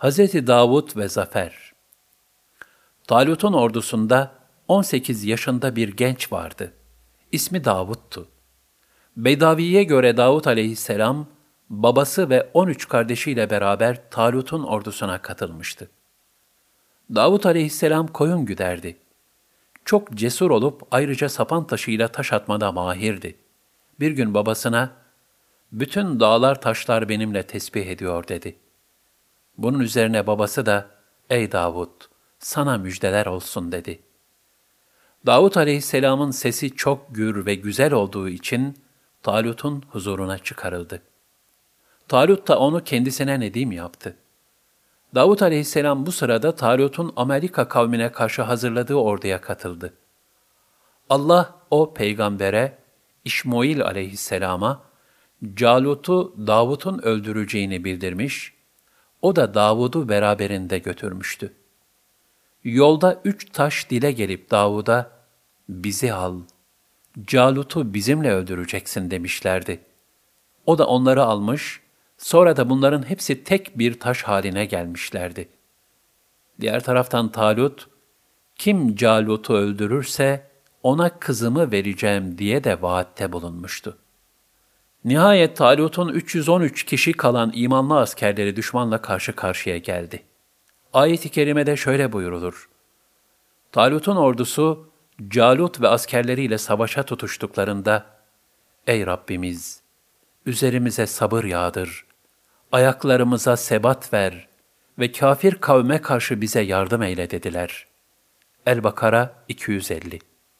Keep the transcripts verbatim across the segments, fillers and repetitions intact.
Hazreti Davud ve Zafer. Talut'un ordusunda on sekiz yaşında bir genç vardı. İsmi Davud'tu. Beydavi'ye göre Davud aleyhisselam, babası ve on üç kardeşiyle beraber Talut'un ordusuna katılmıştı. Davud aleyhisselam koyun güderdi. Çok cesur olup ayrıca sapan taşıyla taş atmada mahirdi. Bir gün babasına, "Bütün dağlar taşlar benimle tesbih ediyor," dedi. Bunun üzerine babası da, "Ey Davud, sana müjdeler olsun," dedi. Davud aleyhisselamın sesi çok gür ve güzel olduğu için Talut'un huzuruna çıkarıldı. Talut da onu kendisine nedim yaptı. Davud aleyhisselam bu sırada Talut'un Amalika kavmine karşı hazırladığı orduya katıldı. Allah o peygambere, İşmail aleyhisselama, Calut'u Davud'un öldüreceğini bildirmiş, o da Davud'u beraberinde götürmüştü. Yolda üç taş dile gelip Davud'a, "Bizi al, Calut'u bizimle öldüreceksin," demişlerdi. O da onları almış, sonra da bunların hepsi tek bir taş haline gelmişlerdi. Diğer taraftan Talut, "Kim Calut'u öldürürse ona kızımı vereceğim," diye de vaatte bulunmuştu. Nihayet Talut'un üç yüz on üç kişi kalan imanlı askerleri düşmanla karşı karşıya geldi. Ayet-i kerimede şöyle buyurulur: Talut'un ordusu, Calut ve askerleriyle savaşa tutuştuklarında, "Ey Rabbimiz, üzerimize sabır yağdır, ayaklarımıza sebat ver ve kafir kavme karşı bize yardım eyle," dediler. El-Bakara iki yüz elli.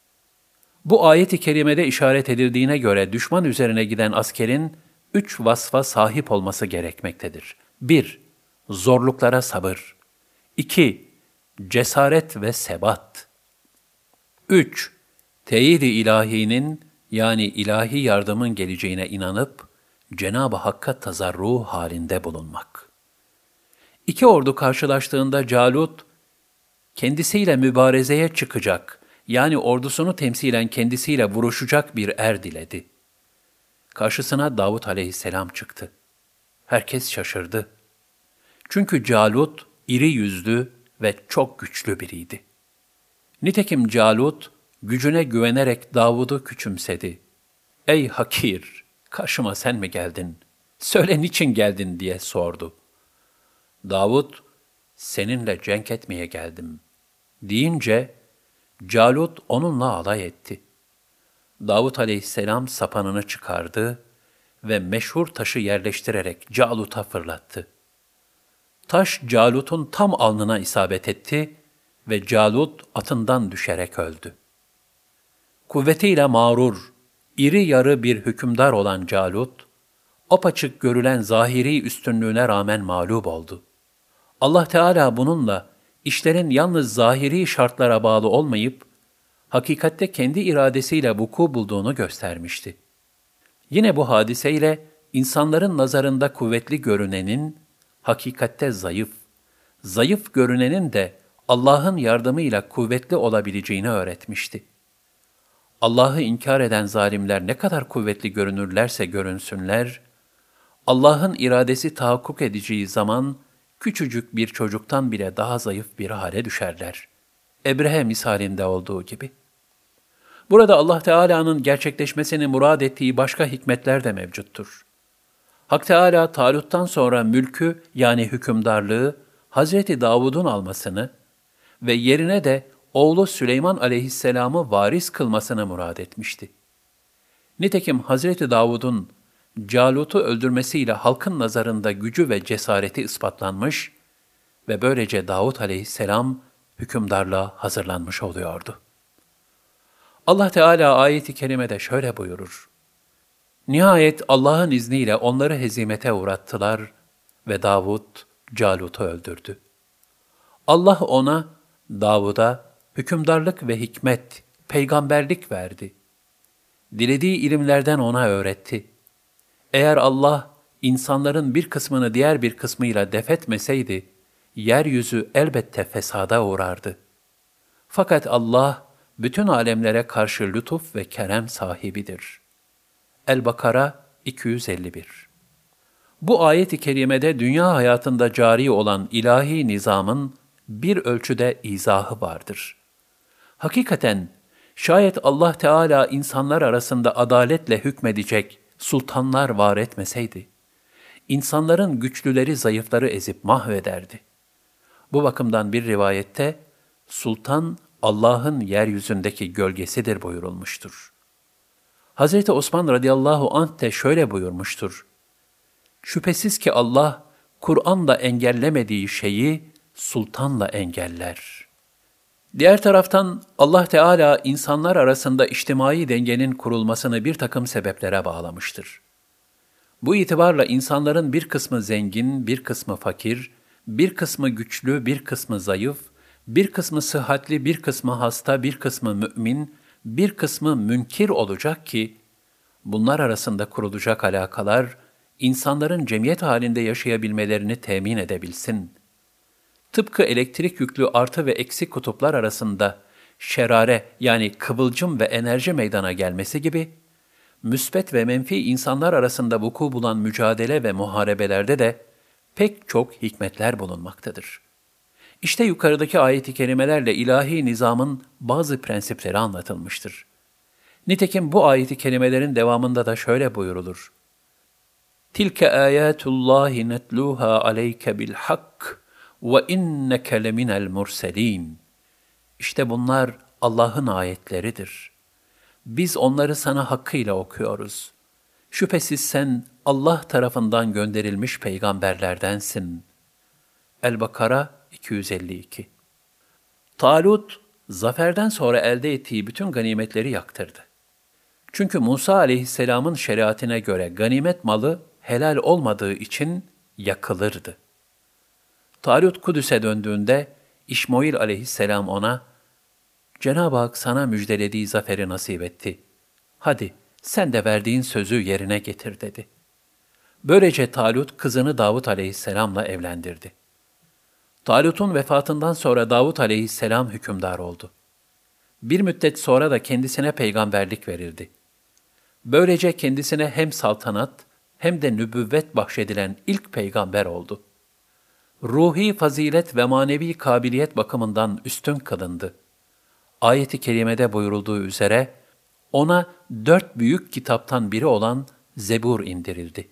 Bu ayet-i kerimede işaret edildiğine göre düşman üzerine giden askerin üç vasfa sahip olması gerekmektedir. bir. Zorluklara sabır. iki. Cesaret ve sebat. üç. Teyid-i ilahinin yani ilahi yardımın geleceğine inanıp Cenab-ı Hakk'a tazarru halinde bulunmak. İki ordu karşılaştığında Calut, kendisiyle mübarezeye çıkacak, yani ordusunu temsilen kendisiyle vuruşacak bir er diledi. Karşısına Davud aleyhisselam çıktı. Herkes şaşırdı. Çünkü Calut iri yüzlü ve çok güçlü biriydi. Nitekim Calut, gücüne güvenerek Davud'u küçümsedi. "Ey hakir, karşıma sen mi geldin? Söyle niçin geldin?" diye sordu. Davud, "Seninle cenk etmeye geldim," deyince, Calut onunla alay etti. Davud aleyhisselam sapanını çıkardı ve meşhur taşı yerleştirerek Calut'a fırlattı. Taş Calut'un tam alnına isabet etti ve Calut atından düşerek öldü. Kuvvetiyle mağrur, iri yarı bir hükümdar olan Calut, apaçık görülen zahiri üstünlüğüne rağmen mağlup oldu. Allah Teala bununla işlerin yalnız zahiri şartlara bağlı olmayıp, hakikatte kendi iradesiyle vuku bulduğunu göstermişti. Yine bu hadiseyle insanların nazarında kuvvetli görünenin, hakikatte zayıf, zayıf görünenin de Allah'ın yardımıyla kuvvetli olabileceğini öğretmişti. Allah'ı inkar eden zalimler ne kadar kuvvetli görünürlerse görünsünler, Allah'ın iradesi tahakkuk edeceği zaman, küçücük bir çocuktan bile daha zayıf bir hale düşerler. Ebrehe misalinde olduğu gibi. Burada Allah Teala'nın gerçekleşmesini murad ettiği başka hikmetler de mevcuttur. Hak Teala Talut'tan sonra mülkü yani hükümdarlığı Hazreti Davud'un almasını ve yerine de oğlu Süleyman aleyhisselamı varis kılmasını murad etmişti. Nitekim Hazreti Davud'un Calut'u öldürmesiyle halkın nazarında gücü ve cesareti ispatlanmış ve böylece Davud aleyhisselam hükümdarlığa hazırlanmış oluyordu. Allah Teala ayet-i kerimede şöyle buyurur: Nihayet Allah'ın izniyle onları hezimete uğrattılar ve Davud Calut'u öldürdü. Allah ona, Davud'a hükümdarlık ve hikmet, peygamberlik verdi. Dilediği ilimlerden ona öğretti. Eğer Allah insanların bir kısmını diğer bir kısmıyla defetmeseydi, yeryüzü elbette fesada uğrardı. Fakat Allah, bütün alemlere karşı lütuf ve kerem sahibidir. El-Bakara iki yüz elli bir. Bu ayet-i kerimede dünya hayatında cari olan ilahi nizamın bir ölçüde izahı vardır. Hakikaten şayet Allah Teala insanlar arasında adaletle hükmedecek sultanlar var etmeseydi, insanların güçlüleri zayıfları ezip mahvederdi. Bu bakımdan bir rivayette, sultan Allah'ın yeryüzündeki gölgesidir buyurulmuştur. Hazreti Osman radıyallahu anh de şöyle buyurmuştur: Şüphesiz ki Allah, Kur'an'la engellemediği şeyi sultanla engeller. Diğer taraftan Allah Teala insanlar arasında içtimai dengenin kurulmasını bir takım sebeplere bağlamıştır. Bu itibarla insanların bir kısmı zengin, bir kısmı fakir, bir kısmı güçlü, bir kısmı zayıf, bir kısmı sıhhatli, bir kısmı hasta, bir kısmı mümin, bir kısmı münkir olacak ki, bunlar arasında kurulacak alakalar, insanların cemiyet halinde yaşayabilmelerini temin edebilsin. Tıpkı elektrik yüklü artı ve eksi kutuplar arasında şerare yani kıvılcım ve enerji meydana gelmesi gibi, müsbet ve menfi insanlar arasında vuku bulan mücadele ve muharebelerde de pek çok hikmetler bulunmaktadır. İşte yukarıdaki ayet-i kerimelerle ilahi nizamın bazı prensipleri anlatılmıştır. Nitekim bu ayet-i kerimelerin devamında da şöyle buyurulur: Tilke âyâtullâhi netlûhâ aleyke bilhak ve inneke leminel murselîn. İşte bunlar Allah'ın ayetleridir. Biz onları sana hakkıyla okuyoruz. Şüphesiz sen Allah tarafından gönderilmiş peygamberlerdensin. El-Bakara iki yüz elli iki. Talut, zaferden sonra elde ettiği bütün ganimetleri yaktırdı. Çünkü Musa aleyhisselamın şeriatine göre ganimet malı helal olmadığı için yakılırdı. Talut Kudüs'e döndüğünde İşmoil aleyhisselam ona, Cenab-ı Hak sana müjdelediği zaferi nasip etti. Hadi sen de verdiğin sözü yerine getir dedi. Böylece Talut kızını Davut aleyhisselamla evlendirdi. Talut'un vefatından sonra Davut aleyhisselam hükümdar oldu. Bir müddet sonra da kendisine peygamberlik verildi. Böylece kendisine hem saltanat hem de nübüvvet bahşedilen ilk peygamber oldu. Ruhi fazilet ve manevi kabiliyet bakımından üstün kılındı. Ayet-i kerimede buyurulduğu üzere ona dört büyük kitaptan biri olan Zebur indirildi.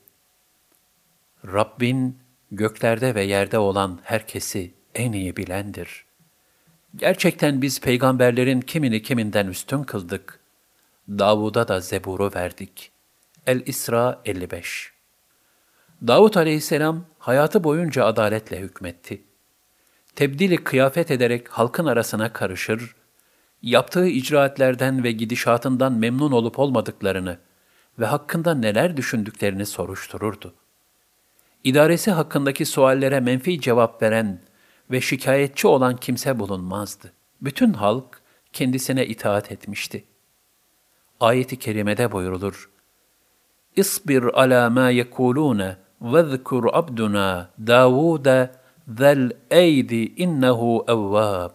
Rabbin göklerde ve yerde olan herkesi en iyi bilendir. Gerçekten biz peygamberlerin kimini kiminden üstün kıldık. Davud'a da Zebur'u verdik. El-İsra elli beş. Davud aleyhisselam hayatı boyunca adaletle hükmetti. Tebdili kıyafet ederek halkın arasına karışır, yaptığı icraatlerden ve gidişatından memnun olup olmadıklarını ve hakkında neler düşündüklerini soruştururdu. İdaresi hakkındaki suallere menfi cevap veren ve şikayetçi olan kimse bulunmazdı. Bütün halk kendisine itaat etmişti. Ayet-i kerimede buyurulur: İsbir alâ mâ yekûlûne vezkur abduna Davûde zel eydi innehu evvâb.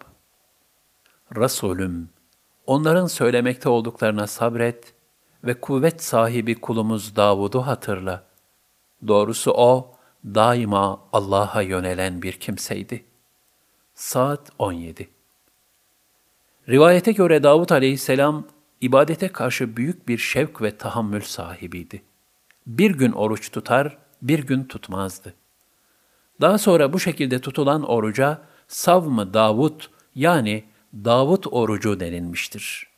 Resulüm, onların söylemekte olduklarına sabret ve kuvvet sahibi kulumuz Davud'u hatırla. Doğrusu o, daima Allah'a yönelen bir kimseydi. Saat on yedi. Rivayete göre Davud aleyhisselam, ibadete karşı büyük bir şevk ve tahammül sahibiydi. Bir gün oruç tutar, bir gün tutmazdı. Daha sonra bu şekilde tutulan oruca savm-ı Davud yani Davud orucu denilmiştir.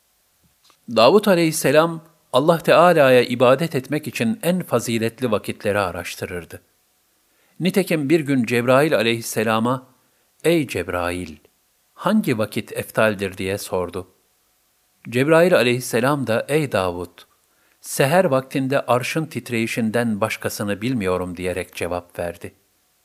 Davud aleyhisselam Allah Teala'ya ibadet etmek için en faziletli vakitleri araştırırdı. Nitekim bir gün Cebrail aleyhisselama, "Ey Cebrail, hangi vakit eftaldir?" diye sordu. Cebrail aleyhisselam da, "Ey Davud, seher vaktinde arşın titreyişinden başkasını bilmiyorum." diyerek cevap verdi.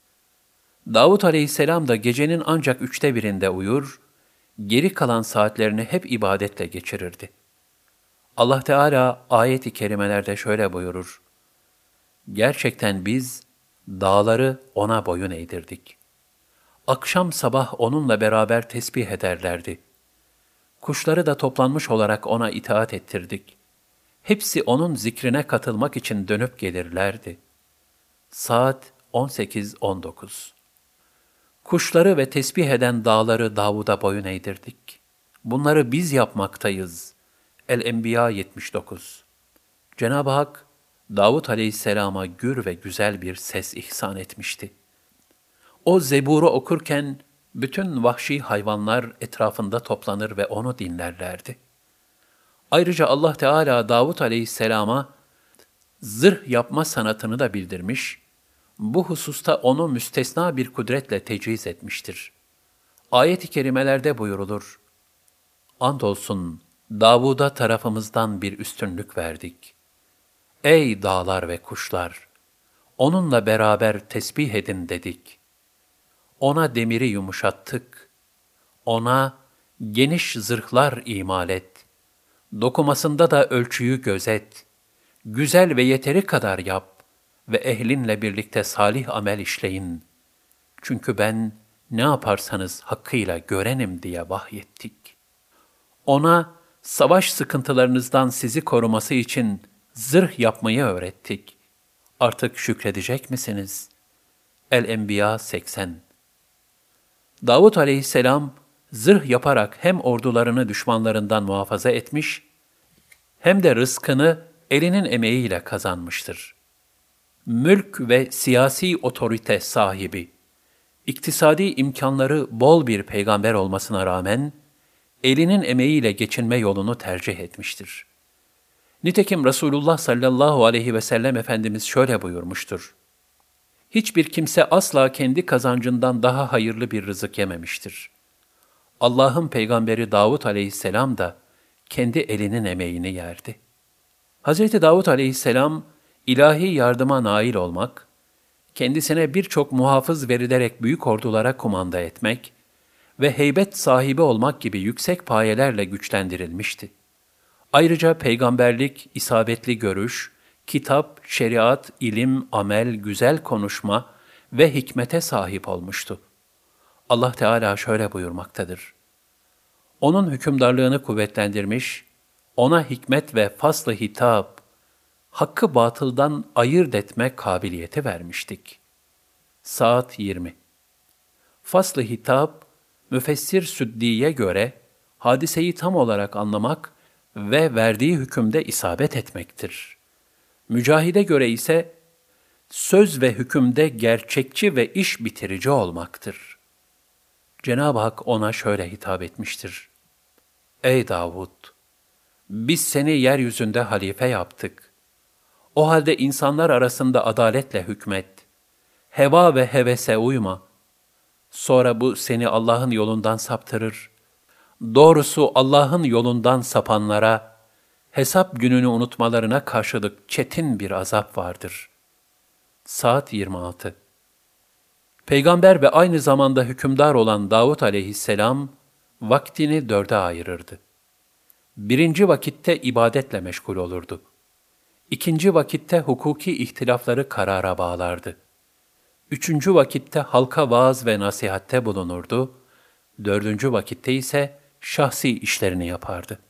Davud aleyhisselam da gecenin ancak üçte birinde uyur, geri kalan saatlerini hep ibadetle geçirirdi. Allah Teala ayet-i kerimelerde şöyle buyurur: Gerçekten biz dağları ona boyun eğdirdik. Akşam sabah onunla beraber tesbih ederlerdi. Kuşları da toplanmış olarak ona itaat ettirdik. Hepsi onun zikrine katılmak için dönüp gelirlerdi. Saat on sekiz on dokuz. Kuşları ve tesbih eden dağları Davud'a boyun eğdirdik. Bunları biz yapmaktayız. El-Enbiya yetmiş dokuz. Cenab-ı Hak, Davud aleyhisselama gür ve güzel bir ses ihsan etmişti. O Zebur'u okurken bütün vahşi hayvanlar etrafında toplanır ve onu dinlerlerdi. Ayrıca Allah Teala Davud aleyhisselama zırh yapma sanatını da bildirmiş, bu hususta onu müstesna bir kudretle teciz etmiştir. Ayet-i kerimelerde buyurulur, andolsun Davud'a tarafımızdan bir üstünlük verdik. Ey dağlar ve kuşlar! Onunla beraber tesbih edin dedik. Ona demiri yumuşattık. Ona geniş zırhlar imal et. Dokumasında da ölçüyü gözet. Güzel ve yeteri kadar yap ve ehlinle birlikte salih amel işleyin. Çünkü ben ne yaparsanız hakkıyla görenim diye vahyettik. Ona savaş sıkıntılarınızdan sizi koruması için zırh yapmayı öğrettik. Artık şükredecek misiniz? El-Enbiya seksen. Davud aleyhisselam zırh yaparak hem ordularını düşmanlarından muhafaza etmiş, hem de rızkını elinin emeğiyle kazanmıştır. Mülk ve siyasi otorite sahibi, iktisadi imkanları bol bir peygamber olmasına rağmen, elinin emeğiyle geçinme yolunu tercih etmiştir. Nitekim Resulullah sallallahu aleyhi ve sellem Efendimiz şöyle buyurmuştur. Hiçbir kimse asla kendi kazancından daha hayırlı bir rızık yememiştir. Allah'ın peygamberi Davud aleyhisselam da kendi elinin emeğini yerdi. Hazreti Davud aleyhisselam, ilahi yardıma nail olmak, kendisine birçok muhafız verilerek büyük ordulara kumanda etmek ve heybet sahibi olmak gibi yüksek payelerle güçlendirilmişti. Ayrıca peygamberlik, isabetli görüş, kitap, şeriat, ilim, amel, güzel konuşma ve hikmete sahip olmuştu. Allah Teala şöyle buyurmaktadır. Onun hükümdarlığını kuvvetlendirmiş, ona hikmet ve fasl-ı hitap, hakkı batıldan ayırt etme kabiliyeti vermiştik. Saat yirmi. Fasl-ı hitap, müfessir Süddi'ye göre hadiseyi tam olarak anlamak ve verdiği hükümde isabet etmektir. Mücahide göre ise söz ve hükümde gerçekçi ve iş bitirici olmaktır. Cenab-ı Hak ona şöyle hitap etmiştir. Ey Davud! Biz seni yeryüzünde halife yaptık. O halde insanlar arasında adaletle hükmet. Heva ve hevese uyma. Sonra bu seni Allah'ın yolundan saptırır. Doğrusu Allah'ın yolundan sapanlara, hesap gününü unutmalarına karşılık çetin bir azap vardır. Saat yirmi altı. Peygamber ve aynı zamanda hükümdar olan Davud aleyhisselam, vaktini dörde ayırırdı. Birinci vakitte ibadetle meşgul olurdu. İkinci vakitte hukuki ihtilafları karara bağlardı. Üçüncü vakitte halka vaaz ve nasihatte bulunurdu. Dördüncü vakitte ise şahsi işlerini yapardı.